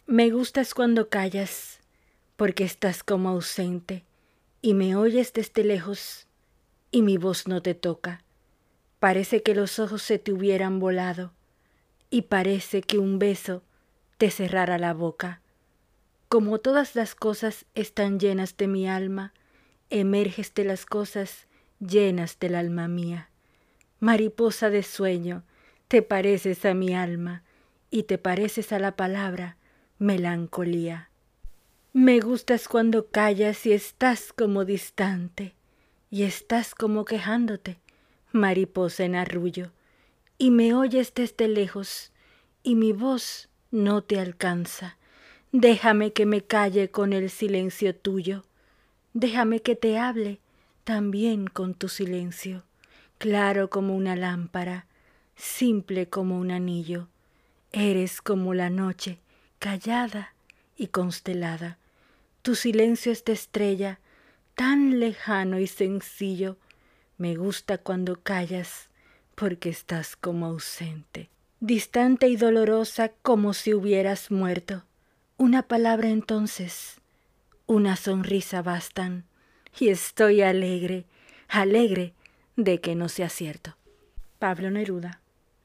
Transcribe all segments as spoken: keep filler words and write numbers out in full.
Me gustas cuando callas, porque estás como ausente, y me oyes desde lejos, y mi voz no te toca. Parece que los ojos se te hubieran volado, y parece que un beso te cerrara la boca. Como todas las cosas están llenas de mi alma, emerges de las cosas llenas del alma mía. Mariposa de sueño, te pareces a mi alma, y te pareces a la palabra melancolía. Me gustas cuando callas y estás como distante, y estás como quejándote, mariposa en arrullo, y me oyes desde lejos, y mi voz no te alcanza. Déjame que me calle con el silencio tuyo, déjame que te hable también con tu silencio, claro como una lámpara, simple como un anillo. Eres como la noche, callada y constelada. Tu silencio es de estrella, tan lejano y sencillo. Me gusta cuando callas, porque estás como ausente, distante y dolorosa como si hubieras muerto. Una palabra entonces, una sonrisa bastan, y estoy alegre, alegre de que no sea cierto. Pablo Neruda.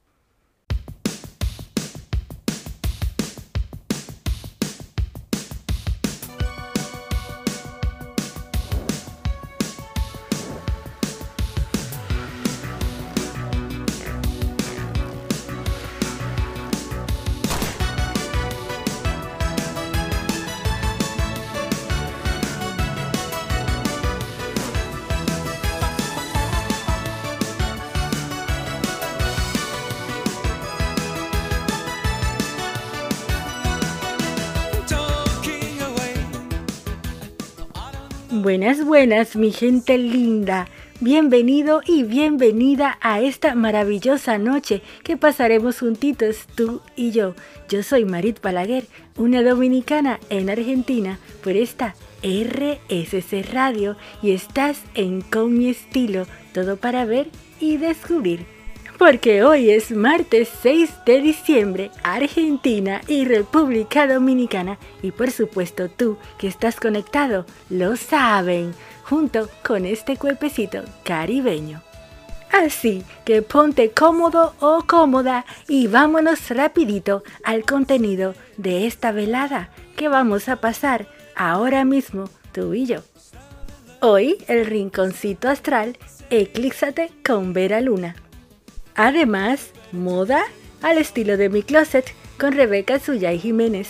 Buenas, buenas, mi gente linda. Bienvenido y bienvenida a esta maravillosa noche que pasaremos juntitos tú y yo. Yo soy Marit Balaguer, una dominicana en Argentina por esta R S C Radio y estás en Con Mi Estilo, todo para ver y descubrir. Porque hoy es martes seis de diciembre, Argentina y República Dominicana, y por supuesto tú que estás conectado lo saben, junto con este cuerpecito caribeño. Así que ponte cómodo o cómoda y vámonos rapidito al contenido de esta velada que vamos a pasar ahora mismo tú y yo. Hoy el rinconcito astral, eclípsate con Vera Luna. Además, moda al estilo de mi closet con Rebeca Suyay Jiménez.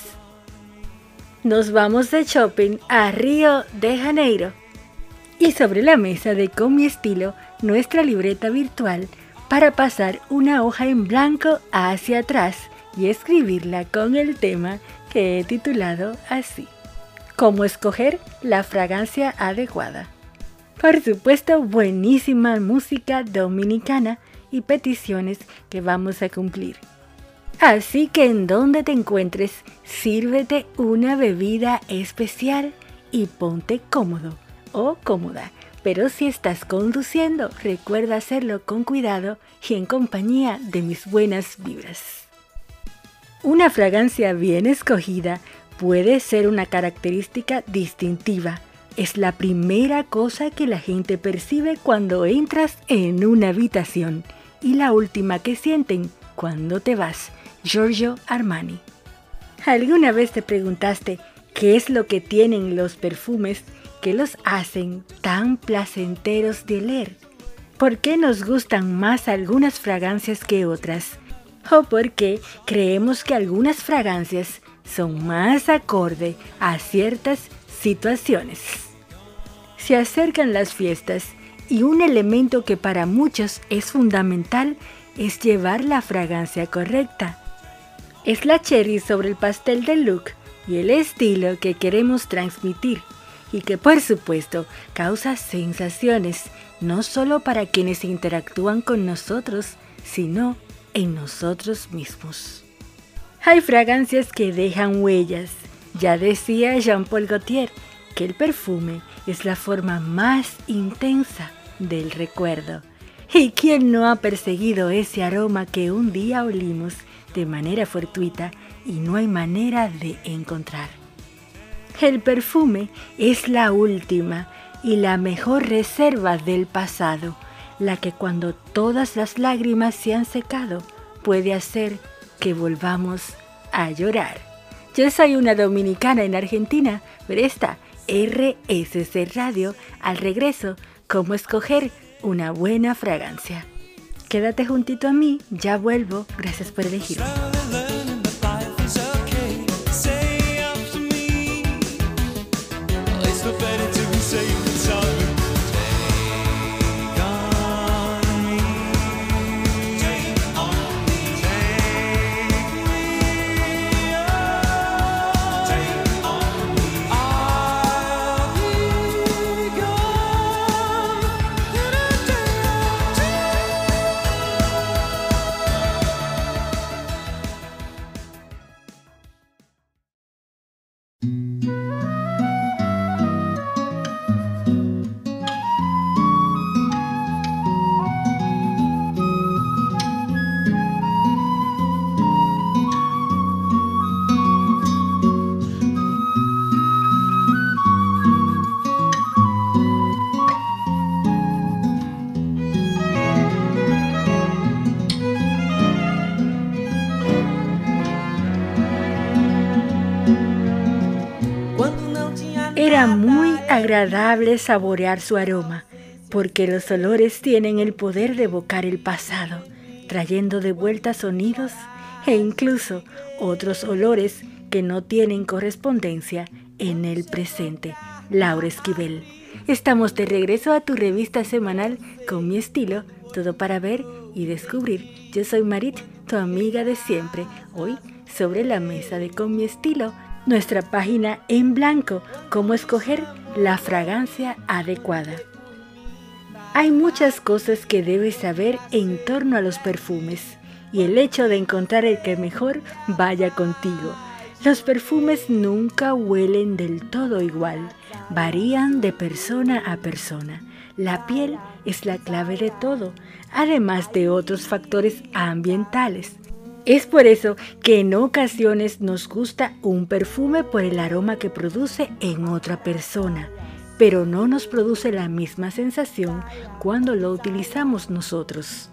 Nos vamos de shopping a Río de Janeiro. Y sobre la mesa de Con Mi Estilo, nuestra libreta virtual para pasar una hoja en blanco hacia atrás y escribirla con el tema que he titulado así: ¿Cómo escoger la fragancia adecuada? Por supuesto, buenísima música dominicana y peticiones que vamos a cumplir. Así que en donde te encuentres, sírvete una bebida especial y ponte cómodo o cómoda. Pero si estás conduciendo, recuerda hacerlo con cuidado y en compañía de mis buenas vibras. Una fragancia bien escogida puede ser una característica distintiva. Es la primera cosa que la gente percibe cuando entras en una habitación y la última que sienten cuando te vas. Giorgio Armani. ¿Alguna vez te preguntaste qué es lo que tienen los perfumes que los hacen tan placenteros de oler? ¿Por qué nos gustan más algunas fragancias que otras? ¿O por qué creemos que algunas fragancias son más acorde a ciertas situaciones? Se acercan las fiestas y un elemento que para muchos es fundamental es llevar la fragancia correcta. Es la cherry sobre el pastel del look y el estilo que queremos transmitir y que por supuesto causa sensaciones no solo para quienes interactúan con nosotros, sino en nosotros mismos. Hay fragancias que dejan huellas. Ya decía Jean-Paul Gaultier que el perfume es la forma más intensa del recuerdo. ¿Y quién no ha perseguido ese aroma que un día olimos de manera fortuita y no hay manera de encontrar. El perfume es la última y la mejor reserva del pasado, la que cuando todas las lágrimas se han secado, puede hacer que volvamos a llorar. Yo soy una dominicana en Argentina, pero esta R S C Radio, al regreso, cómo escoger una buena fragancia. Quédate juntito a mí, ya vuelvo, gracias por elegirme. Era muy agradable saborear su aroma, porque los olores tienen el poder de evocar el pasado, trayendo de vuelta sonidos e incluso otros olores que no tienen correspondencia en el presente. Laura Esquivel. Estamos de regreso a tu revista semanal Con Mi Estilo, todo para ver y descubrir. Yo soy Marit, tu amiga de siempre. Hoy, sobre la mesa de Con Mi Estilo, nuestra página en blanco, cómo escoger la fragancia adecuada. Hay muchas cosas que debes saber en torno a los perfumes y el hecho de encontrar el que mejor vaya contigo. Los perfumes nunca huelen del todo igual, varían de persona a persona. La piel es la clave de todo, además de otros factores ambientales. Es por eso que en ocasiones nos gusta un perfume por el aroma que produce en otra persona, pero no nos produce la misma sensación cuando lo utilizamos nosotros.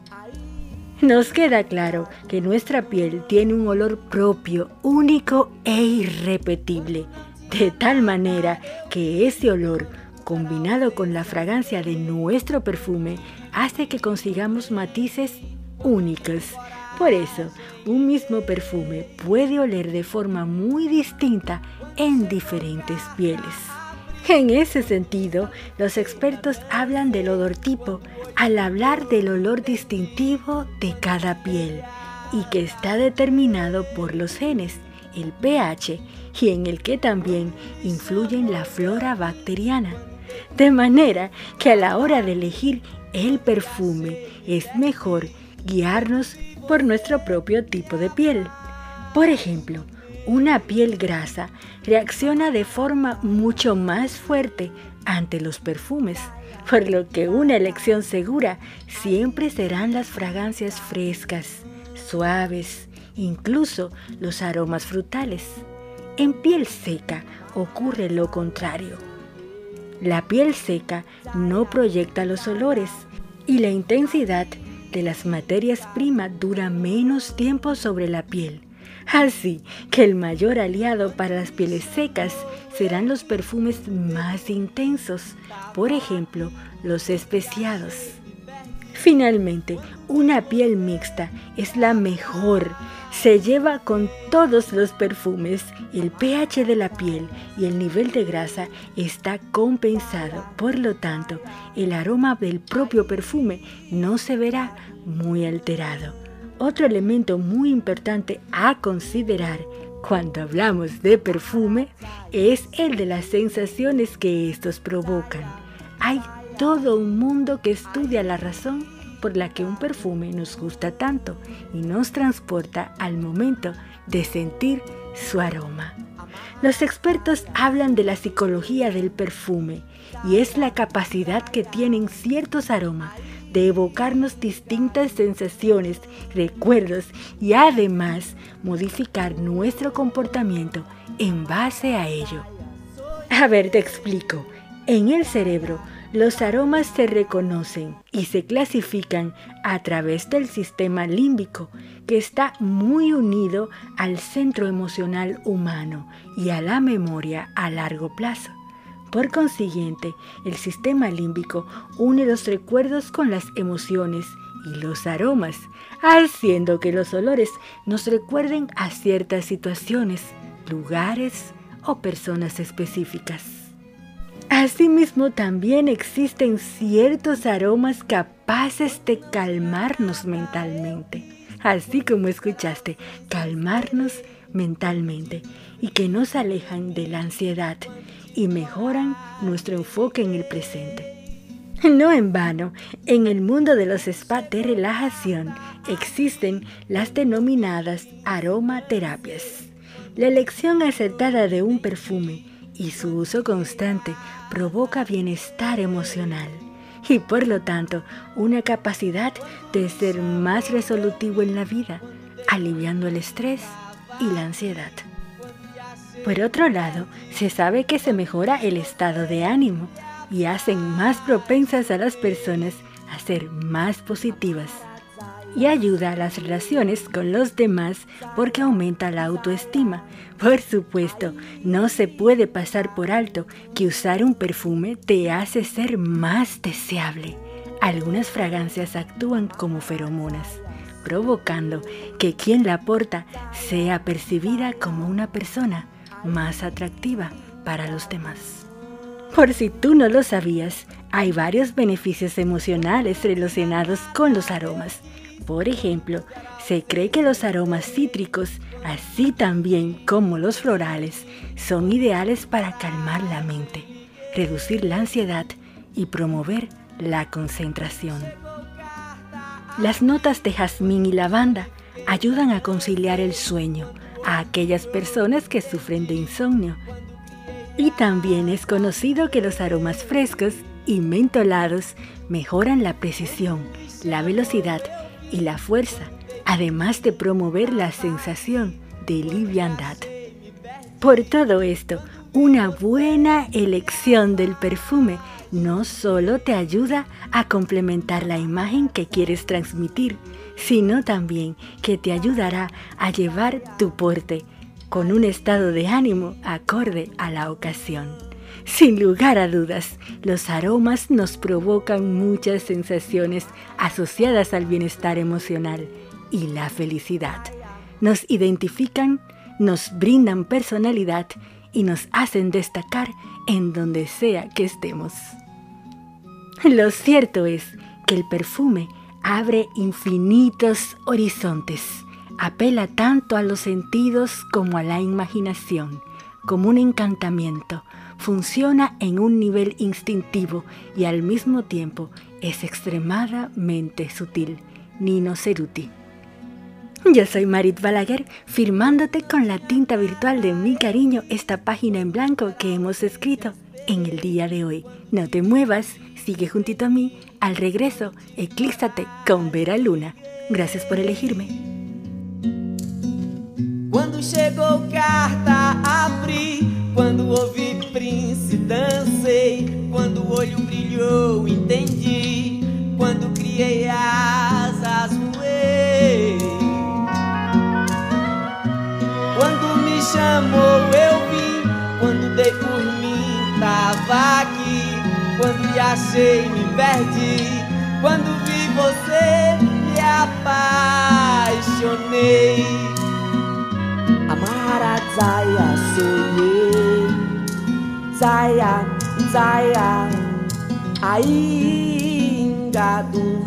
Nos queda claro que nuestra piel tiene un olor propio, único e irrepetible, de tal manera que ese olor, combinado con la fragancia de nuestro perfume, hace que consigamos matices únicos. Por eso, un mismo perfume puede oler de forma muy distinta en diferentes pieles. En ese sentido, los expertos hablan del olor tipo al hablar del olor distintivo de cada piel y que está determinado por los genes, el pH y en el que también influyen la flora bacteriana. De manera que a la hora de elegir el perfume es mejor guiarnos por nuestro propio tipo de piel. Por ejemplo, una piel grasa reacciona de forma mucho más fuerte ante los perfumes, por lo que una elección segura siempre serán las fragancias frescas, suaves, incluso los aromas frutales. En piel seca ocurre lo contrario. La piel seca no proyecta los olores y la intensidad de las materias primas dura menos tiempo sobre la piel. Así que el mayor aliado para las pieles secas serán los perfumes más intensos, por ejemplo, los especiados. Finalmente, una piel mixta es la mejor. Se lleva con todos los perfumes. El pH de la piel y el nivel de grasa está compensado. Por lo tanto, el aroma del propio perfume no se verá muy alterado. Otro elemento muy importante a considerar cuando hablamos de perfume es el de las sensaciones que estos provocan. Hay todo un mundo que estudia la razón por la que un perfume nos gusta tanto y nos transporta al momento de sentir su aroma. Los expertos hablan de la psicología del perfume y es la capacidad que tienen ciertos aromas de evocarnos distintas sensaciones, recuerdos y además modificar nuestro comportamiento en base a ello. A ver, te explico. En el cerebro, los aromas se reconocen y se clasifican a través del sistema límbico, que está muy unido al centro emocional humano y a la memoria a largo plazo. Por consiguiente, el sistema límbico une los recuerdos con las emociones y los aromas, haciendo que los olores nos recuerden a ciertas situaciones, lugares o personas específicas. Asimismo, también existen ciertos aromas capaces de calmarnos mentalmente, así como escuchaste, calmarnos mentalmente, y que nos alejan de la ansiedad y mejoran nuestro enfoque en el presente. No en vano, en el mundo de los spas de relajación existen las denominadas aromaterapias. La elección acertada de un perfume y su uso constante provoca bienestar emocional y por lo tanto una capacidad de ser más resolutivo en la vida, aliviando el estrés y la ansiedad. Por otro lado, se sabe que se mejora el estado de ánimo y hacen más propensas a las personas a ser más positivas. Y ayuda a las relaciones con los demás porque aumenta la autoestima. Por supuesto, no se puede pasar por alto que usar un perfume te hace ser más deseable. Algunas fragancias actúan como feromonas, provocando que quien la porta sea percibida como una persona más atractiva para los demás. Por si tú no lo sabías, hay varios beneficios emocionales relacionados con los aromas. Por ejemplo, se cree que los aromas cítricos, así también como los florales, son ideales para calmar la mente, reducir la ansiedad y promover la concentración. Las notas de jazmín y lavanda ayudan a conciliar el sueño a aquellas personas que sufren de insomnio. Y también es conocido que los aromas frescos y mentolados mejoran la precisión, la velocidad y la fuerza, además de promover la sensación de liviandad. Por todo esto, una buena elección del perfume no solo te ayuda a complementar la imagen que quieres transmitir, sino también que te ayudará a llevar tu porte con un estado de ánimo acorde a la ocasión. Sin lugar a dudas, los aromas nos provocan muchas sensaciones asociadas al bienestar emocional y la felicidad. Nos identifican, nos brindan personalidad y nos hacen destacar en donde sea que estemos. Lo cierto es que el perfume abre infinitos horizontes, apela tanto a los sentidos como a la imaginación, como un encantamiento. Funciona en un nivel instintivo y al mismo tiempo es extremadamente sutil. Nino Ceruti. Yo soy Marit Balaguer, firmándote con la tinta virtual de mi cariño esta página en blanco que hemos escrito en el día de hoy. No te muevas, sigue juntito a mí. Al regreso, eclípsate con Vera Luna. Gracias por elegirme. Quando chegou carta, abri. Quando ouvi Prince, dancei. Quando o olho brilhou, entendi. Quando criei asas, voei. Quando me chamou, eu vim. Quando dei por mim, tava aqui. Quando lhe achei, me perdi. Quando vi você, me apaixonei. Amara Zaya, sonhei. Zaya, Zaya, ainda do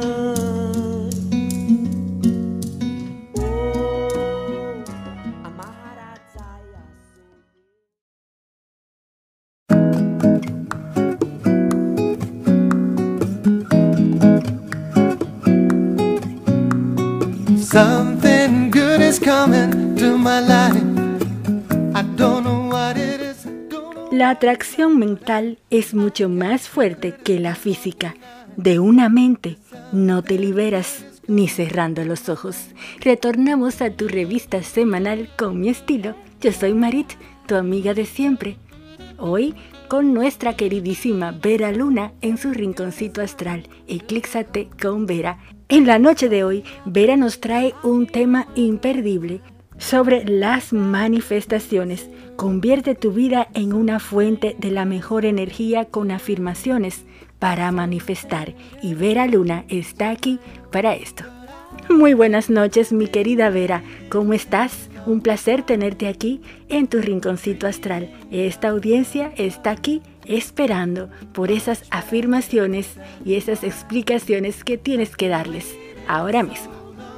Something good is coming to my life. I don't know what it is. La atracción mental es mucho más fuerte que la física. de una mente no te liberas ni cerrando los ojos. Retornamos a tu revista semanal con mi estilo. Yo soy Marit, tu amiga de siempre. Hoy con nuestra queridísima Vera Luna en su rinconcito astral. Eclípsate con Vera. En la noche de hoy, Vera nos trae un tema imperdible sobre las manifestaciones. Convierte tu vida en una fuente de la mejor energía con afirmaciones para manifestar. Y Vera Luna está aquí para esto. Muy buenas noches, mi querida Vera. ¿Cómo estás? Un placer tenerte aquí en tu rinconcito astral. Esta audiencia está aquí esperando por esas afirmaciones y esas explicaciones que tienes que darles ahora mismo.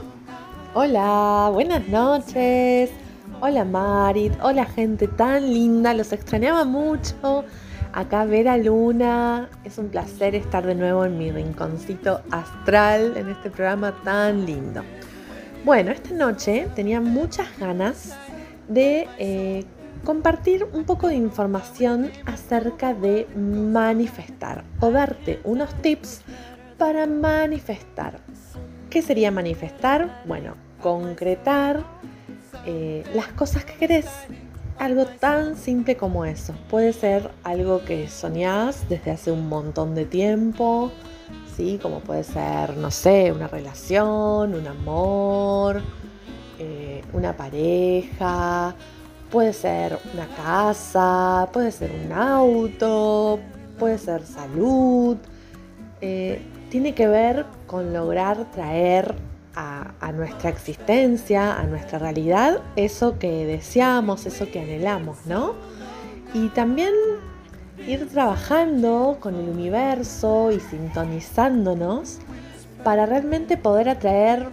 Hola, buenas noches. Hola Marit, hola gente tan linda, los extrañaba mucho. Acá Vera Luna, es un placer estar de nuevo en mi rinconcito astral, en este programa tan lindo. Bueno, esta noche tenía muchas ganas de eh, compartir un poco de información acerca de manifestar o darte unos tips para manifestar. ¿Qué sería manifestar? Bueno, concretar eh, las cosas que querés. Algo tan simple como eso. Puede ser algo que soñás desde hace un montón de tiempo, ¿sí? Como puede ser, no sé, una relación, un amor, eh, una pareja, puede ser una casa, puede ser un auto, puede ser salud. Eh, tiene que ver con lograr traer A, a nuestra existencia, a nuestra realidad, eso que deseamos, eso que anhelamos, ¿no? Y también ir trabajando con el universo y sintonizándonos para realmente poder atraer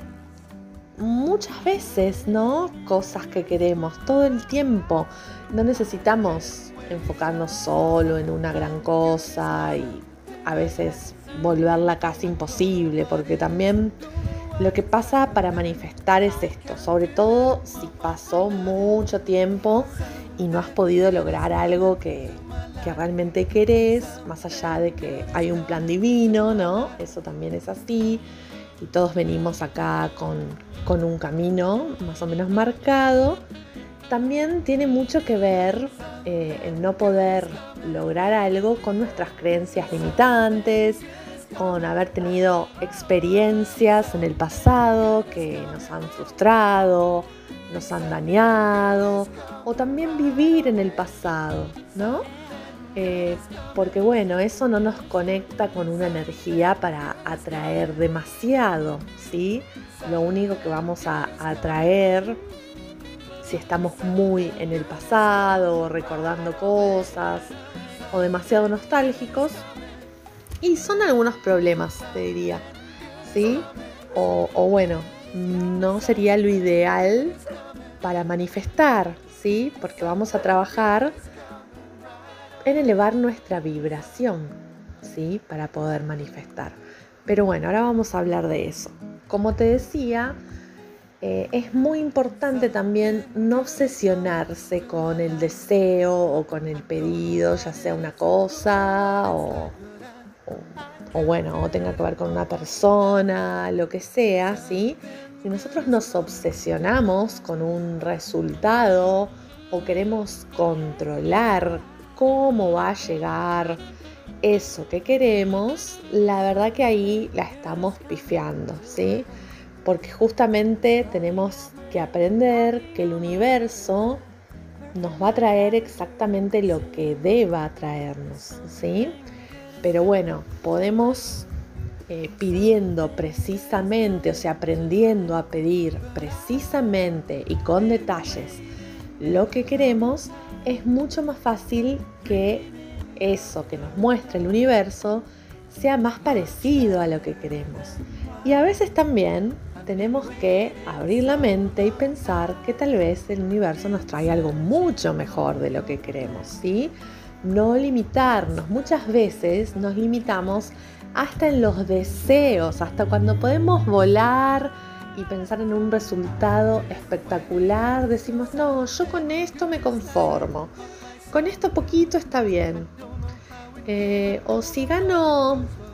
muchas veces, ¿no? Cosas que queremos todo el tiempo. No necesitamos enfocarnos solo en una gran cosa y a veces volverla casi imposible, porque también lo que pasa para manifestar es esto, sobre todo si pasó mucho tiempo y no has podido lograr algo que, que realmente querés, más allá de que hay un plan divino, ¿no? Eso también es así, y todos venimos acá con, con un camino más o menos marcado. También tiene mucho que ver eh, el no poder lograr algo con nuestras creencias limitantes, con haber tenido experiencias en el pasado que nos han frustrado, nos han dañado, o también vivir en el pasado, ¿no? Eh, porque bueno, eso no nos conecta con una energía para atraer demasiado, ¿sí? Lo único que vamos a atraer, si estamos muy en el pasado, recordando cosas, o demasiado nostálgicos, y son algunos problemas, te diría, ¿sí? O, o bueno, no sería lo ideal para manifestar, ¿sí? Porque vamos a trabajar en elevar nuestra vibración, ¿sí? Para poder manifestar. Pero bueno, ahora vamos a hablar de eso. Como te decía, eh, es muy importante también no obsesionarse con el deseo o con el pedido, ya sea una cosa o... O, o bueno, o tenga que ver con una persona, lo que sea, ¿sí? Si nosotros nos obsesionamos con un resultado o queremos controlar cómo va a llegar eso que queremos, la verdad que ahí la estamos pifiando, ¿sí? Porque justamente tenemos que aprender que el universo nos va a traer exactamente lo que deba traernos, ¿sí? Pero bueno, podemos eh, pidiendo precisamente, o sea, aprendiendo a pedir precisamente y con detalles lo que queremos, es mucho más fácil que eso que nos muestra el universo sea más parecido a lo que queremos. Y a veces también tenemos que abrir la mente y pensar que tal vez el universo nos trae algo mucho mejor de lo que queremos, ¿sí? No limitarnos. Muchas veces nos limitamos hasta en los deseos, hasta cuando podemos volar y pensar en un resultado espectacular, decimos, no, yo con esto me conformo, con esto poquito está bien. Eh, o si gano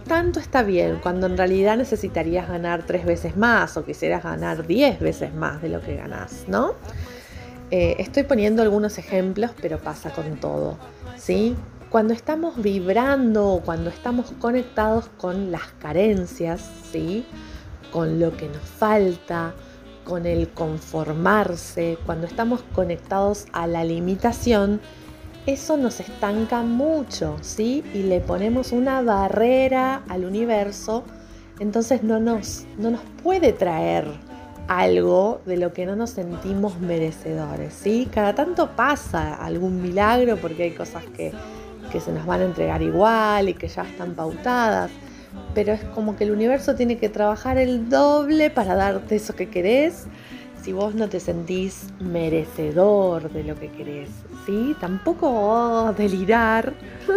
tanto está bien, cuando en realidad necesitarías ganar tres veces más o quisieras ganar diez veces más de lo que ganás, ¿no? Eh, estoy poniendo algunos ejemplos, pero pasa con todo, ¿sí? Cuando estamos vibrando o cuando estamos conectados con las carencias, ¿sí? Con lo que nos falta, con el conformarse, cuando estamos conectados a la limitación, eso nos estanca mucho, ¿sí? Y le ponemos una barrera al universo, entonces no nos, no nos puede traer algo de lo que no nos sentimos merecedores, ¿sí? Cada tanto pasa algún milagro porque hay cosas que, que se nos van a entregar igual y que ya están pautadas, pero es como que el universo tiene que trabajar el doble para darte eso que querés si vos no te sentís merecedor de lo que querés, ¿sí? Tampoco oh, delirar,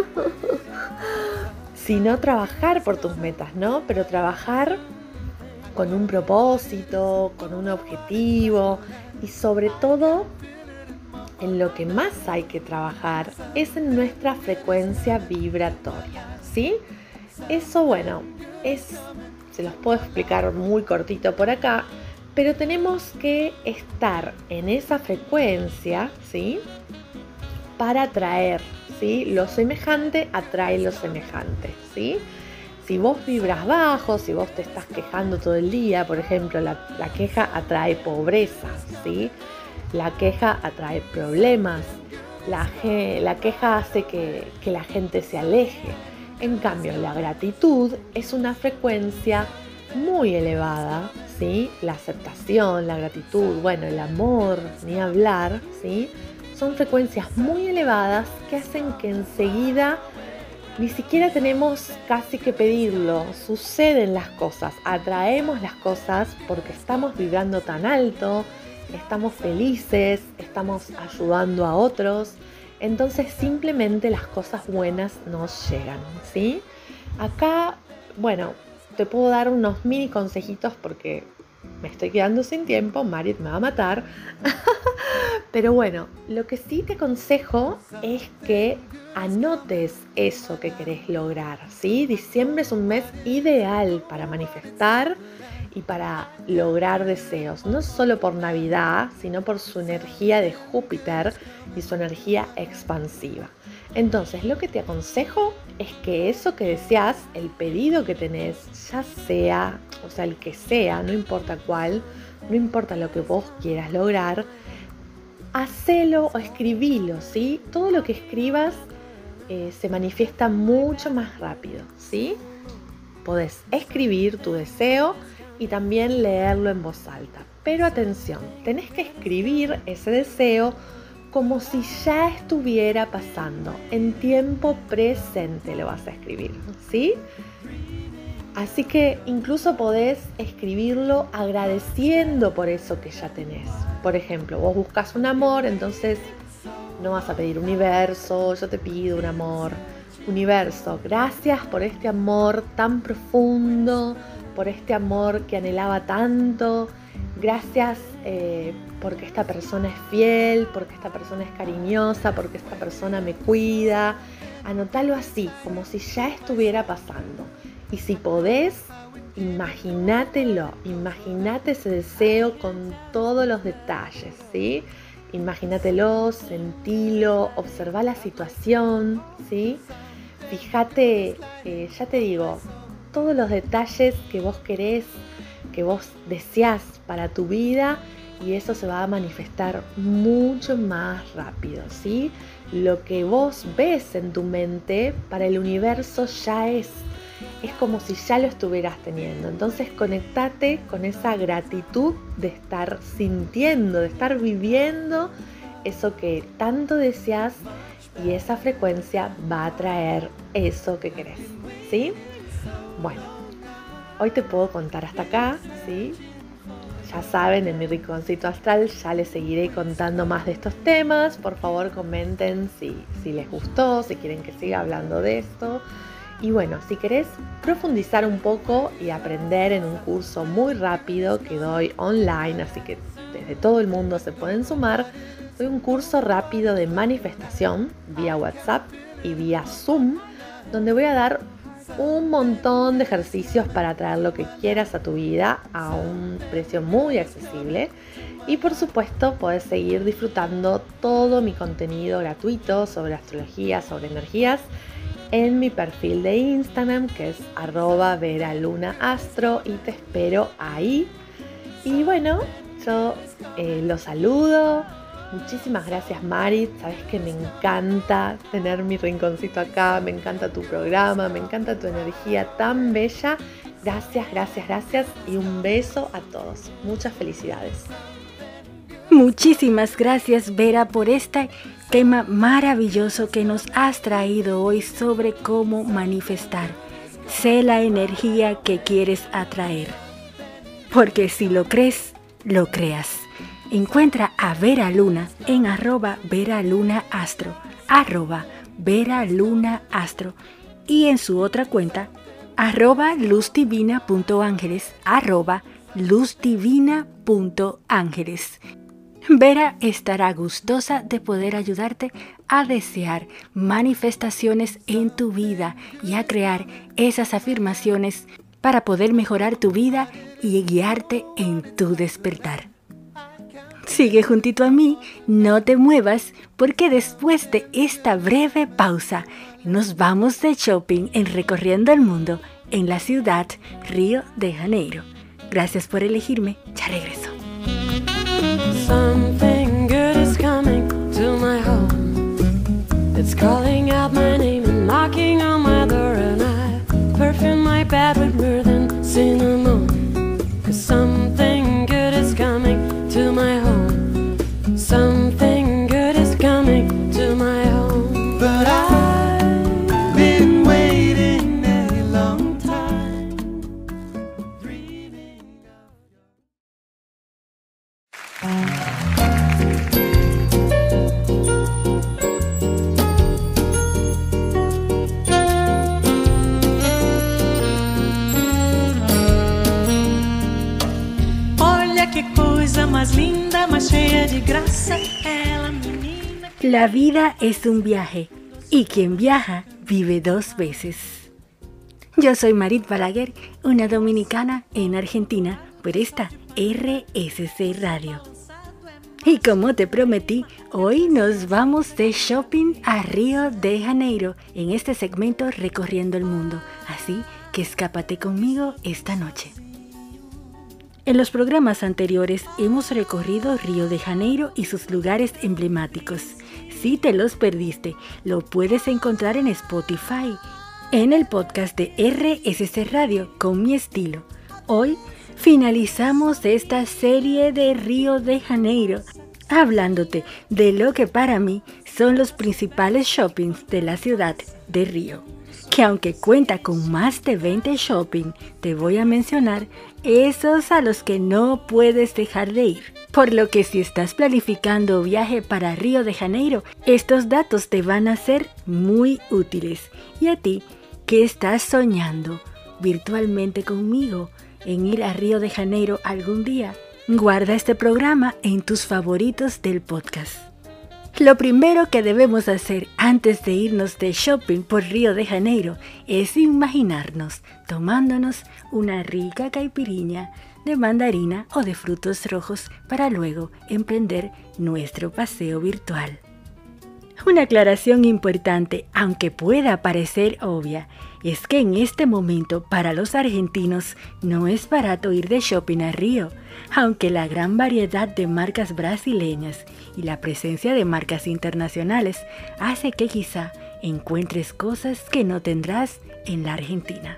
sino trabajar por tus metas, ¿no? Pero trabajar con un propósito, con un objetivo y sobre todo en lo que más hay que trabajar es en nuestra frecuencia vibratoria, ¿sí? Eso, bueno, es, se los puedo explicar muy cortito por acá, pero tenemos que estar en esa frecuencia, ¿sí? Para atraer, ¿sí? Lo semejante atrae lo semejante, ¿sí? Si vos vibras bajo, si vos te estás quejando todo el día, por ejemplo, la, la queja atrae pobreza, ¿sí? La queja atrae problemas, la, la queja hace que, que la gente se aleje. En cambio, la gratitud es una frecuencia muy elevada, ¿sí? La aceptación, la gratitud, bueno, el amor, ni hablar, ¿sí? Son frecuencias muy elevadas que hacen que enseguida ni siquiera tenemos casi que pedirlo, suceden las cosas, atraemos las cosas porque estamos vibrando tan alto, estamos felices, estamos ayudando a otros, entonces simplemente las cosas buenas nos llegan, ¿sí? Acá, bueno, te puedo dar unos mini consejitos porque me estoy quedando sin tiempo, Marit me va a matar, pero bueno, lo que sí te aconsejo es que anotes eso que querés lograr, ¿sí? Diciembre es un mes ideal para manifestar y para lograr deseos, no solo por Navidad, sino por su energía de Júpiter y su energía expansiva. Entonces, lo que te aconsejo es que eso que deseas, el pedido que tenés, ya sea, o sea, el que sea, no importa cuál, no importa lo que vos quieras lograr, hacelo o escribilo, ¿sí? Todo lo que escribas eh, se manifiesta mucho más rápido, ¿sí? Podés escribir tu deseo y también leerlo en voz alta. Pero atención, tenés que escribir ese deseo como si ya estuviera pasando. En tiempo presente lo vas a escribir, ¿sí? Así que incluso podés escribirlo agradeciendo por eso que ya tenés. Por ejemplo, vos buscas un amor, entonces no vas a pedir universo, yo te pido un amor. Universo, gracias por este amor tan profundo, por este amor que anhelaba tanto. Gracias eh, porque esta persona es fiel, porque esta persona es cariñosa, porque esta persona me cuida. Anotalo así, como si ya estuviera pasando. Y si podés, imagínatelo, imagínate ese deseo con todos los detalles, ¿sí? Imagínatelo, sentilo, observa la situación, ¿sí? Fíjate, eh, ya te digo, todos los detalles que vos querés, que vos deseás para tu vida, y eso se va a manifestar mucho más rápido, ¿sí? Lo que vos ves en tu mente para el universo ya es, es como si ya lo estuvieras teniendo. Entonces conectate con esa gratitud de estar sintiendo, de estar viviendo eso que tanto deseas, y esa frecuencia va a traer eso que querés, ¿sí? Bueno, hoy te puedo contar hasta acá, ¿sí? Ya saben, en mi rinconcito astral ya les seguiré contando más de estos temas. Por favor, comenten si, si les gustó, si quieren que siga hablando de esto. Y bueno, si querés profundizar un poco y aprender en un curso muy rápido que doy online, así que desde todo el mundo se pueden sumar, doy un curso rápido de manifestación vía WhatsApp y vía Zoom, donde voy a dar un montón de ejercicios para traer lo que quieras a tu vida a un precio muy accesible. Y por supuesto podés seguir disfrutando todo mi contenido gratuito sobre astrología, sobre energías, en mi perfil de Instagram, que es arroba veralunaastro, y te espero ahí. Y bueno, yo eh, los saludo. Muchísimas gracias, Marit. Sabes que me encanta tener mi rinconcito acá, me encanta tu programa, me encanta tu energía tan bella. Gracias, gracias, gracias y un beso a todos. Muchas felicidades. Muchísimas gracias, Vera, por este tema maravilloso que nos has traído hoy sobre cómo manifestar. Sé la energía que quieres atraer, porque si lo crees, lo creas. Encuentra a Vera Luna en arroba Vera Luna Astro, arroba Vera Luna Astro, y en su otra cuenta, arroba luzdivina.ángeles, arroba luzdivina.ángeles. Vera estará gustosa de poder ayudarte a desear manifestaciones en tu vida y a crear esas afirmaciones para poder mejorar tu vida y guiarte en tu despertar. Sigue juntito a mí, no te muevas, porque después de esta breve pausa nos vamos de shopping en Recorriendo el Mundo en la ciudad Río de Janeiro. Gracias por elegirme, ya regreso. Something good is coming to my home. It's calling out my name and knocking on my door, and I perfume my bed with myrrh and cinnamon. 'Cause something good is coming to my home. Something good is coming to my home. But I've been waiting a long time, dreaming Olha que coisa mais linda, mais cheia de graça, ela menina. La vida es un viaje y quien viaja vive dos veces. Yo soy Marit Balaguer, una dominicana en Argentina, por esta R S C Radio. Y como te prometí, hoy nos vamos de shopping a Río de Janeiro en este segmento Recorriendo el Mundo. Así que escápate conmigo esta noche. En los programas anteriores hemos recorrido Río de Janeiro y sus lugares emblemáticos. Si te los perdiste, lo puedes encontrar en Spotify, en el podcast de R S C Radio con mi estilo. Hoy finalizamos esta serie de Río de Janeiro, hablándote de lo que para mí son los principales shoppings de la ciudad de Río, que aunque cuenta con más de veinte shopping, te voy a mencionar esos a los que no puedes dejar de ir. Por lo que si estás planificando viaje para Río de Janeiro, estos datos te van a ser muy útiles. Y a ti, que estás soñando virtualmente conmigo en ir a Río de Janeiro algún día, guarda este programa en tus favoritos del podcast. Lo primero que debemos hacer antes de irnos de shopping por Río de Janeiro es imaginarnos tomándonos una rica caipiriña de mandarina o de frutos rojos para luego emprender nuestro paseo virtual. Una aclaración importante, aunque pueda parecer obvia, es que en este momento para los argentinos no es barato ir de shopping a Río, aunque la gran variedad de marcas brasileñas y la presencia de marcas internacionales hace que quizá encuentres cosas que no tendrás en la Argentina.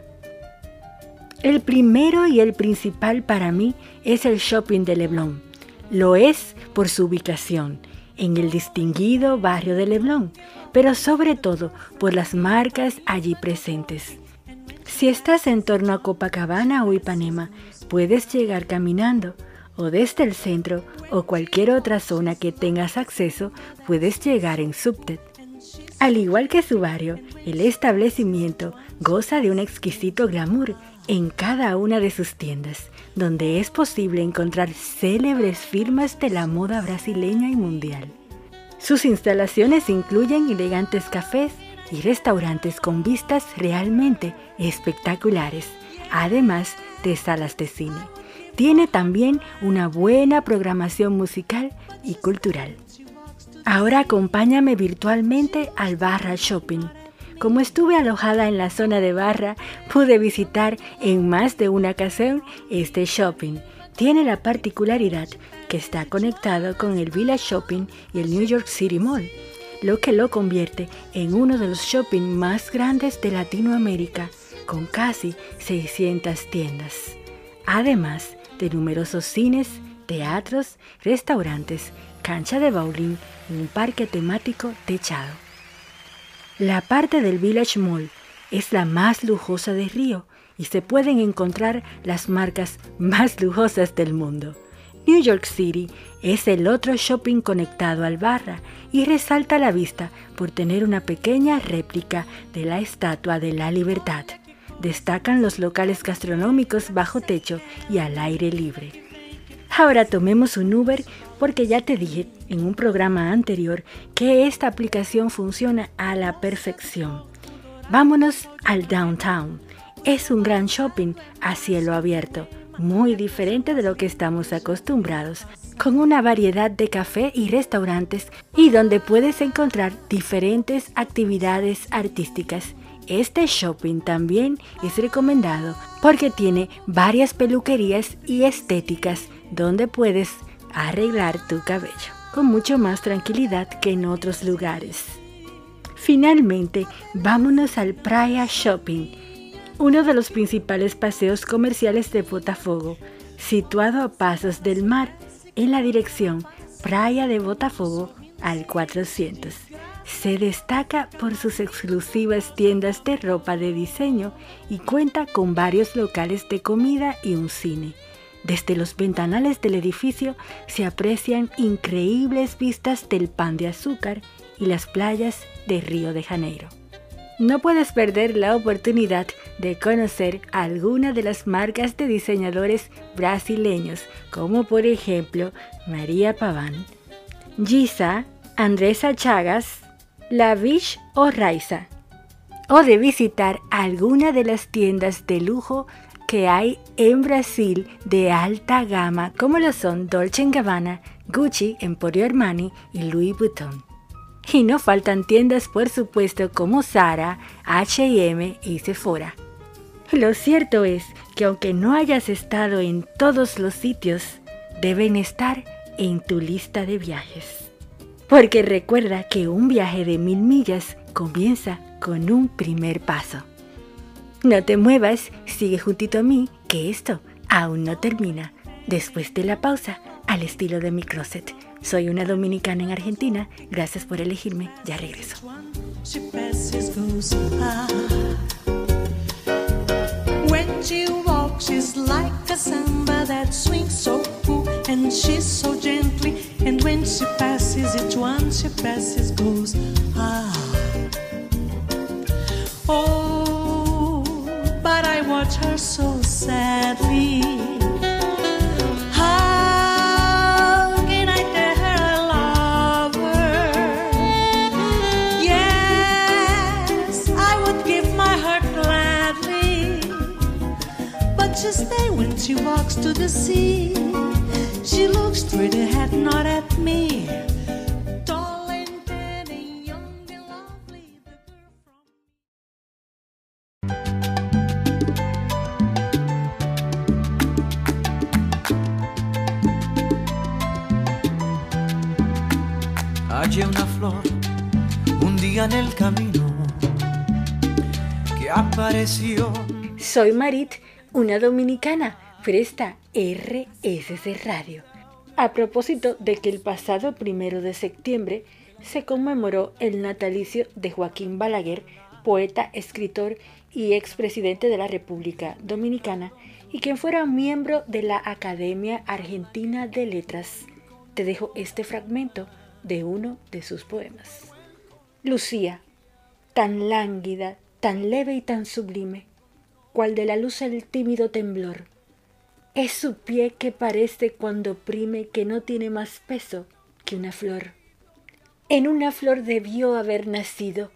El primero y el principal para mí es el shopping de Leblon. Lo es por su ubicación en el distinguido barrio de Leblon, pero sobre todo por las marcas allí presentes. Si estás en torno a Copacabana o Ipanema, puedes llegar caminando, o desde el centro o cualquier otra zona que tengas acceso, puedes llegar en subte. Al igual que su barrio, el establecimiento goza de un exquisito glamour en cada una de sus tiendas, donde es posible encontrar célebres firmas de la moda brasileña y mundial. Sus instalaciones incluyen elegantes cafés, y restaurantes con vistas realmente espectaculares, además de salas de cine. Tiene también una buena programación musical y cultural. Ahora acompáñame virtualmente al Barra Shopping. Como estuve alojada en la zona de Barra, pude visitar en más de una ocasión este shopping. Tiene la particularidad que está conectado con el Village Shopping y el New York City Mall, lo que lo convierte en uno de los shopping más grandes de Latinoamérica, con casi seiscientas tiendas, además de numerosos cines, teatros, restaurantes, cancha de bowling y un parque temático techado. La parte del Village Mall es la más lujosa de Río y se pueden encontrar las marcas más lujosas del mundo. New York City es el otro shopping conectado al Barra y resalta la vista por tener una pequeña réplica de la Estatua de la Libertad. Destacan los locales gastronómicos bajo techo y al aire libre. Ahora tomemos un Uber porque ya te dije en un programa anterior que esta aplicación funciona a la perfección. Vámonos al downtown. Es un gran shopping a cielo abierto, muy diferente de lo que estamos acostumbrados, con una variedad de café y restaurantes y donde puedes encontrar diferentes actividades artísticas. Este shopping también es recomendado porque tiene varias peluquerías y estéticas donde puedes arreglar tu cabello con mucho más tranquilidad que en otros lugares. Finalmente, vámonos al Praia Shopping, uno de los principales paseos comerciales de Botafogo, situado a pasos del mar en la dirección Praia de Botafogo al cuatrocientos. Se destaca por sus exclusivas tiendas de ropa de diseño y cuenta con varios locales de comida y un cine. Desde los ventanales del edificio se aprecian increíbles vistas del Pan de Azúcar y las playas de Río de Janeiro. No puedes perder la oportunidad de conocer alguna de las marcas de diseñadores brasileños, como por ejemplo Maria Paván, Giza, Andressa Chagas, Lavish o Raiza, o de visitar alguna de las tiendas de lujo que hay en Brasil de alta gama, como lo son Dolce and Gabbana, Gucci, Emporio Armani y Louis Vuitton. Y no faltan tiendas, por supuesto, como Zara, H y M y Sephora. Lo cierto es que aunque no hayas estado en todos los sitios, deben estar en tu lista de viajes. Porque recuerda que un viaje de mil millas comienza con un primer paso. No te muevas, sigue juntito a mí, que esto aún no termina. Después de la pausa, al estilo de mi closet. Soy una dominicana en Argentina, gracias por elegirme, ya regreso. When she walks, she's like a samba that swings so cool, and she's so gently. And when she passes, each one she passes goes ah. Oh, but I watch her so sadly. How can I tell her I love her? Yes, I would give my heart gladly. But she stays when she walks to the sea. She looks straight ahead, not at me. Tall and tan and young and lovely, the girl from Hallé una flor un día en el camino que apareció. Soy Marit, una dominicana. Presta R S C Radio. A propósito de que el pasado primero de septiembre se conmemoró el natalicio de Joaquín Balaguer, poeta, escritor y expresidente de la República Dominicana, y quien fuera miembro de la Academia Argentina de Letras, te dejo este fragmento de uno de sus poemas. Lucía, tan lánguida, tan leve y tan sublime, cual de la luz el tímido temblor, es su pie que parece cuando oprime que no tiene más peso que una flor. En una flor debió haber nacido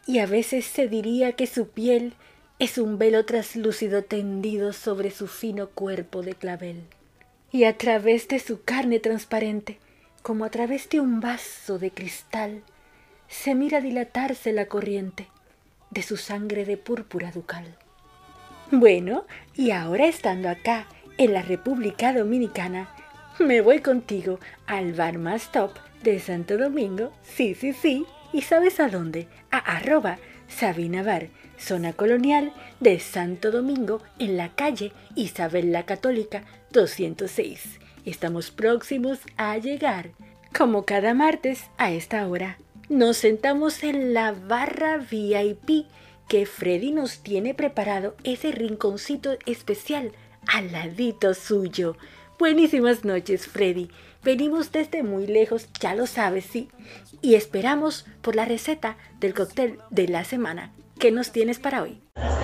y a veces se diría que su piel es un velo traslúcido tendido sobre su fino cuerpo de clavel. Y a través de su carne transparente, como a través de un vaso de cristal, se mira dilatarse la corriente de su sangre de púrpura ducal. Bueno, y ahora estando acá, en la República Dominicana, me voy contigo al bar más top de Santo Domingo, sí, sí, sí, y ¿sabes a dónde? A arroba Sabina Bar, zona colonial de Santo Domingo, en la calle Isabel la Católica doscientos seis. Estamos próximos a llegar. Como cada martes a esta hora, nos sentamos en la barra V I P que Freddy nos tiene preparado, ese rinconcito especial al ladito suyo. Buenísimas noches, Freddy. Venimos desde muy lejos, ya lo sabes, sí. Y esperamos por la receta del cóctel de la semana. ¿Qué nos tienes para hoy?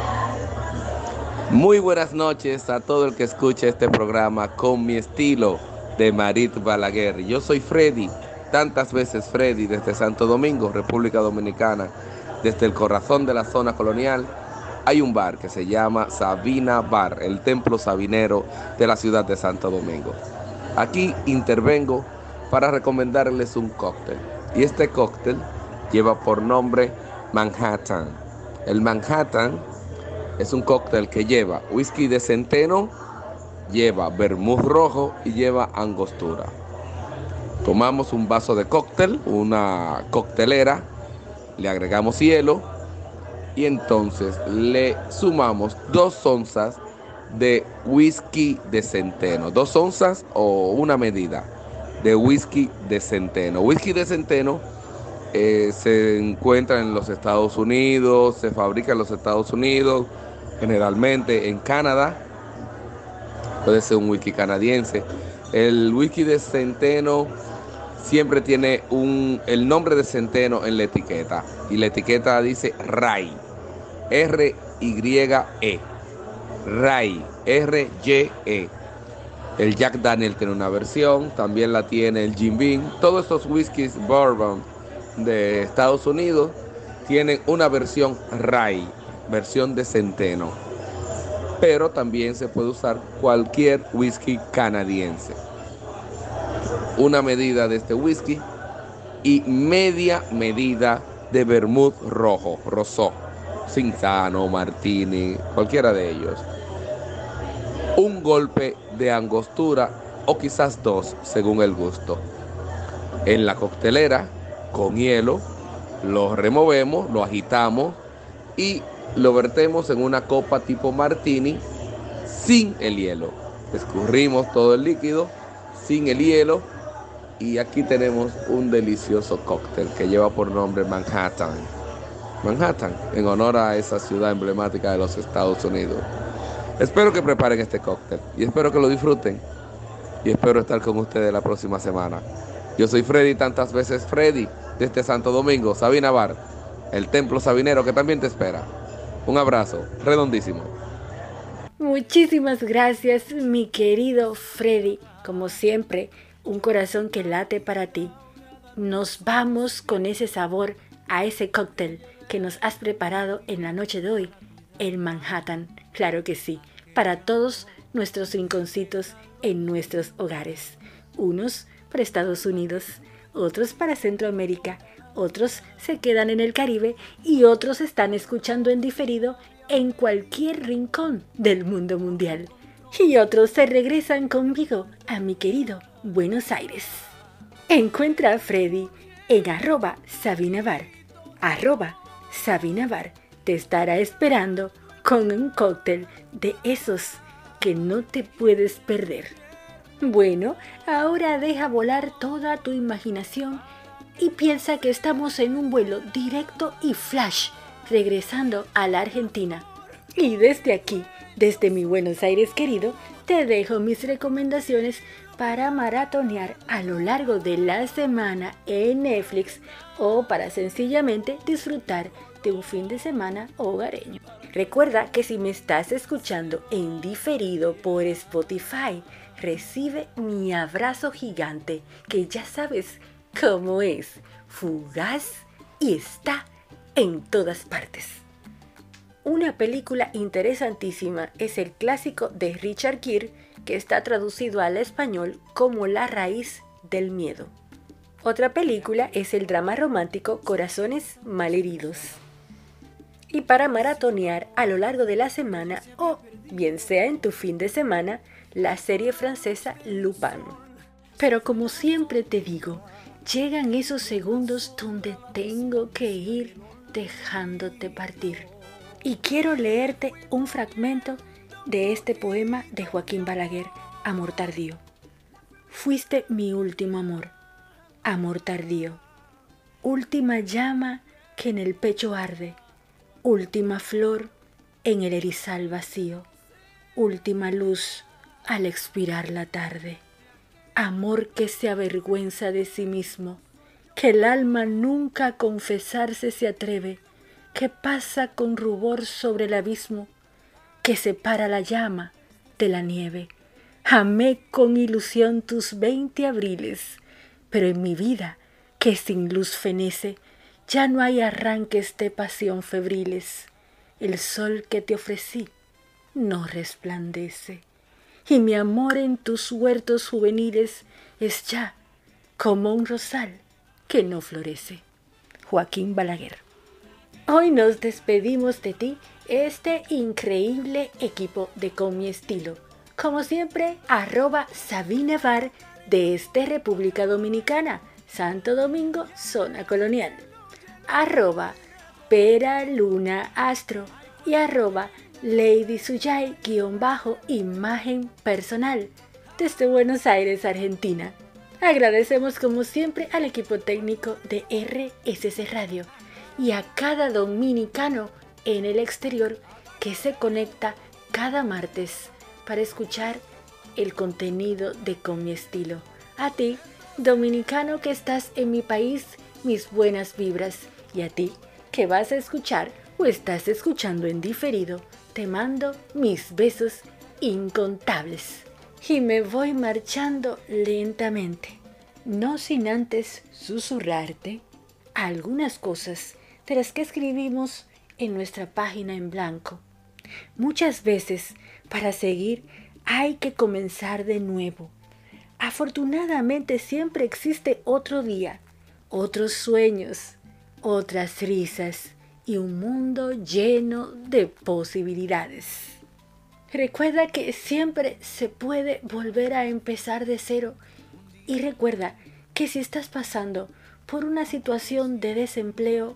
Muy buenas noches a todo el que escucha este programa con mi estilo de Marit Balaguer. Yo soy Freddy, tantas veces Freddy, desde Santo Domingo, República Dominicana, desde el corazón de la zona colonial. Hay un bar que se llama Sabina Bar, el templo sabinero de la ciudad de Santo Domingo. Aquí intervengo para recomendarles un cóctel. Y este cóctel lleva por nombre Manhattan. El Manhattan es un cóctel que lleva whisky de centeno, lleva vermut rojo y lleva angostura. Tomamos un vaso de cóctel, una coctelera, le agregamos hielo y entonces le sumamos dos onzas de whisky de centeno. Dos onzas o una medida de whisky de centeno. Whisky de centeno eh, se encuentra en los Estados Unidos, se fabrica en los Estados Unidos, generalmente en Canadá. Puede ser un whisky canadiense. El whisky de centeno siempre tiene un, el nombre de centeno en la etiqueta. Y la etiqueta dice Rye. R Y E. Rye. R Y E. El Jack Daniel tiene una versión. También la tiene el Jim Beam. Todos estos whiskies bourbon de Estados Unidos tienen una versión Rye. Versión de centeno. Pero también se puede usar cualquier whisky canadiense. Una medida de este whisky y media medida de vermut rojo, rosó, Cinzano, Martini, cualquiera de ellos. Un golpe de angostura o quizás dos, según el gusto. En la coctelera, con hielo, lo removemos, lo agitamos y lo vertemos en una copa tipo Martini sin el hielo. Escurrimos todo el líquido sin el hielo y aquí tenemos un delicioso cóctel que lleva por nombre Manhattan. Manhattan, en honor a esa ciudad emblemática de los Estados Unidos. Espero que preparen este cóctel y espero que lo disfruten y espero estar con ustedes la próxima semana. Yo soy Freddy, tantas veces Freddy, desde Santo Domingo, Sabina Bar, el templo sabinero que también te espera. Un abrazo, redondísimo. Muchísimas gracias, mi querido Freddy. Como siempre, un corazón que late para ti. Nos vamos con ese sabor a ese cóctel que nos has preparado en la noche de hoy, el Manhattan. Claro que sí, para todos nuestros rinconcitos en nuestros hogares. Unos para Estados Unidos, otros para Centroamérica, otros se quedan en el Caribe y otros están escuchando en diferido en cualquier rincón del mundo mundial. Y otros se regresan conmigo a mi querido Buenos Aires. Encuentra a Freddy en arroba Sabinabar. Arroba Sabinabar te estará esperando con un cóctel de esos que no te puedes perder. Bueno, ahora deja volar toda tu imaginación y piensa que estamos en un vuelo directo y flash, regresando a la Argentina. Y desde aquí, desde mi Buenos Aires querido, te dejo mis recomendaciones para maratonear a lo largo de la semana en Netflix o para sencillamente disfrutar de un fin de semana hogareño. Recuerda que si me estás escuchando en diferido por Spotify, recibe mi abrazo gigante, que ya sabes cómo es, fugaz y está en todas partes. Una película interesantísima es el clásico de Richard Gere, que está traducido al español como La raíz del miedo. Otra película es el drama romántico Corazones malheridos. Y para maratonear a lo largo de la semana, o bien sea en tu fin de semana, la serie francesa Lupin. Pero como siempre te digo, llegan esos segundos donde tengo que ir dejándote partir. Y quiero leerte un fragmento de este poema de Joaquín Balaguer, Amor tardío. Fuiste mi último amor, amor tardío, última llama que en el pecho arde, última flor en el erizal vacío, última luz al expirar la tarde. Amor que se avergüenza de sí mismo, que el alma nunca a confesarse se atreve, que pasa con rubor sobre el abismo, que separa la llama de la nieve. Amé con ilusión tus veinte abriles, pero en mi vida, que sin luz fenece, ya no hay arranques de pasión febriles. El sol que te ofrecí no resplandece, y mi amor en tus huertos juveniles es ya como un rosal que no florece. Joaquín Balaguer. Hoy nos despedimos de ti, este increíble equipo de Con Mi Estilo. Como siempre, arroba Sabinevar desde República Dominicana, Santo Domingo, zona colonial. Arroba Pera Luna Astro y arroba Lady Suyay guión bajo imagen personal desde Buenos Aires, Argentina. Agradecemos como siempre al equipo técnico de R S C Radio y a cada dominicano en el exterior que se conecta cada martes para escuchar el contenido de Con Mi Estilo. A ti, dominicano que estás en mi país, mis buenas vibras, y a ti que vas a escuchar o estás escuchando en diferido, te mando mis besos incontables. Y me voy marchando lentamente, no sin antes susurrarte algunas cosas de las que escribimos en nuestra página en blanco. Muchas veces, para seguir, hay que comenzar de nuevo. Afortunadamente siempre existe otro día, otros sueños, otras risas y un mundo lleno de posibilidades. Recuerda que siempre se puede volver a empezar de cero y recuerda que si estás pasando por una situación de desempleo,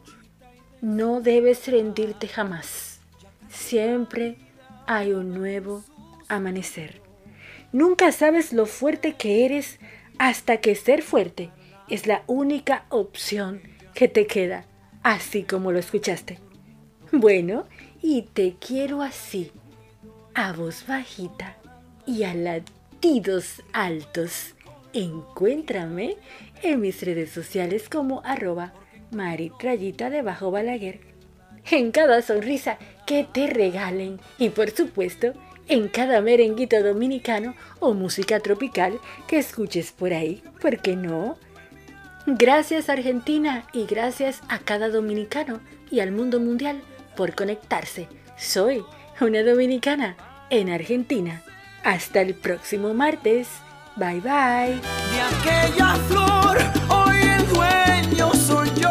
no debes rendirte jamás. Siempre hay un nuevo amanecer. Nunca sabes lo fuerte que eres hasta que ser fuerte es la única opción que te queda, así como lo escuchaste. Bueno, y te quiero así, a voz bajita y a latidos altos. Encuéntrame en mis redes sociales como arroba Marit rayita debajo Balaguer, en cada sonrisa que te regalen y por supuesto en cada merenguito dominicano o música tropical que escuches por ahí, ¿por qué no? Gracias Argentina y gracias a cada dominicano y al mundo mundial por conectarse. Soy una dominicana en Argentina. Hasta el próximo martes. Bye bye. De aquella flor, hoy el dueño soy yo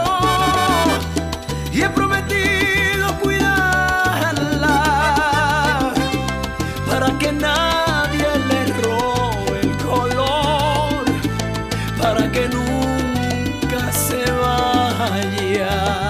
y he prometido cuidarla para que nadie le robe el color, para que nunca se vaya.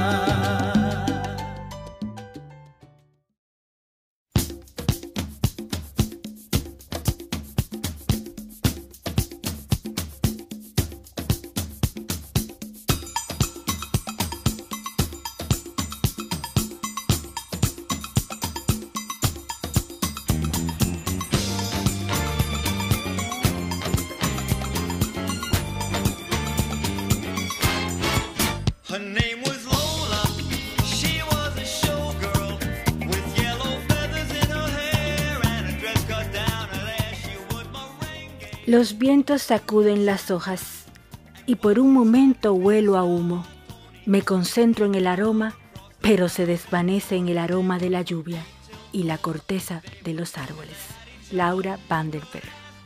Her name was Lola, she was a showgirl with yellow feathers in her hair and a dress cut down her there. She would merengue. Los vientos sacuden las hojas y por un momento huelo a humo. Me concentro en el aroma, pero se desvanece en el aroma de la lluvia y la corteza de los árboles. Laura Vanderberg.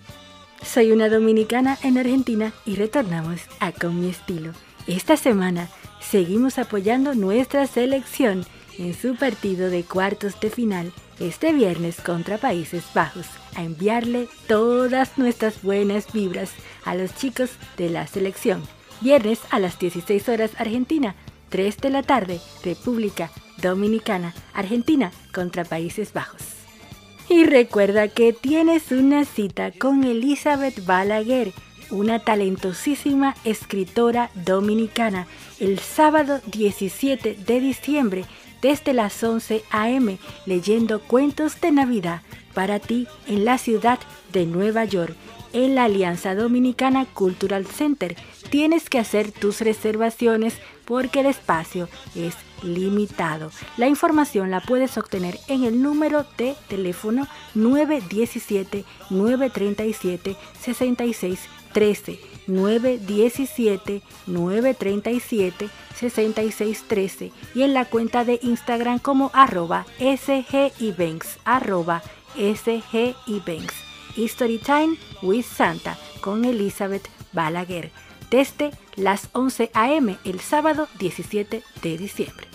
Soy una dominicana en Argentina y retornamos a Con mi estilo. Esta semana seguimos apoyando nuestra selección en su partido de cuartos de final este viernes contra Países Bajos, a enviarle todas nuestras buenas vibras a los chicos de la selección. Viernes a las dieciséis horas Argentina, tres de la tarde República Dominicana, Argentina contra Países Bajos. Y recuerda que tienes una cita con Elizabeth Balaguer, una talentosísima escritora dominicana, el sábado diecisiete de diciembre desde las once a eme, leyendo cuentos de Navidad para ti en la ciudad de Nueva York, en la Alianza Dominicana Cultural Center. Tienes que hacer tus reservaciones porque el espacio es limitado. La información la puedes obtener en el número de teléfono nueve uno siete, nueve tres siete, seis seis uno tres, nueve uno siete, nueve tres siete, seis seis uno tres y en la cuenta de Instagram como arroba sgevents, arroba sgevents. History Time with Santa con Elizabeth Balaguer, desde las once a eme el sábado diecisiete de diciembre.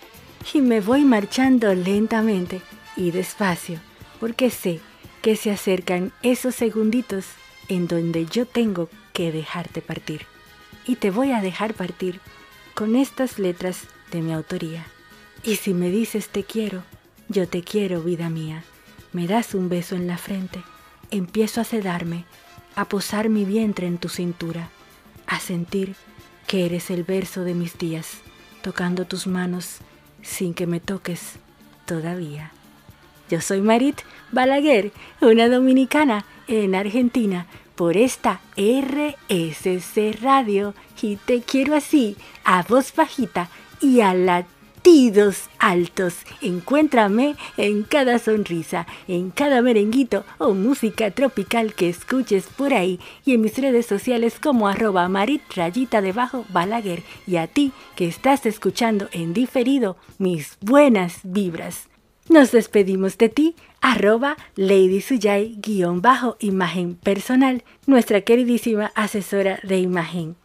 Y me voy marchando lentamente y despacio, porque sé que se acercan esos segunditos en donde yo tengo que dejarte partir. Y te voy a dejar partir con estas letras de mi autoría. Y si me dices te quiero, yo te quiero, vida mía. Me das un beso en la frente, empiezo a sedarme, a posar mi vientre en tu cintura, a sentir que eres el verso de mis días, tocando tus manos sin que me toques todavía. Yo soy Marit Balaguer, una dominicana en Argentina, por esta erre ese ce Radio, y te quiero así, a voz bajita y a latidos altos. Encuéntrame en cada sonrisa, en cada merenguito o música tropical que escuches por ahí, y en mis redes sociales como arroba Marit rayita debajo Balaguer, y a ti que estás escuchando en diferido, mis buenas vibras. Nos despedimos de ti, arroba Lady Suyay guión bajo imagen personal, nuestra queridísima asesora de imagen.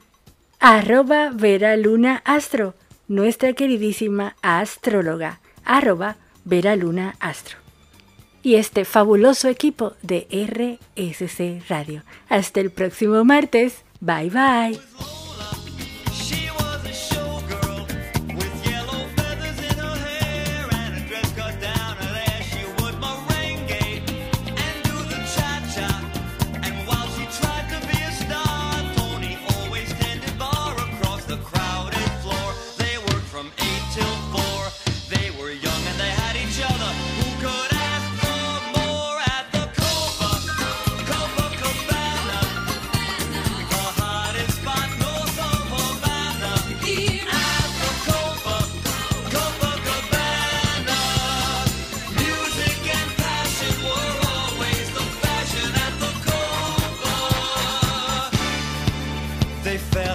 Arroba Vera Luna Astro, nuestra queridísima astróloga, arroba Vera Luna Astro. Y este fabuloso equipo de erre ese ce Radio. Hasta el próximo martes. Bye bye. She was a showgirl with yellow feathers in her hair and a dress cut down her there. She would merengue and do the cha-cha. And while she tried to be a star, Tony always tended bar across the crowded floor. They worked from eight till four. They were young and they had each other. Who could ask for more at the Copa, Copacabana? The hottest spot north of Havana. At the Copa, Copacabana. Music and passion were always the fashion at the Copa. They fell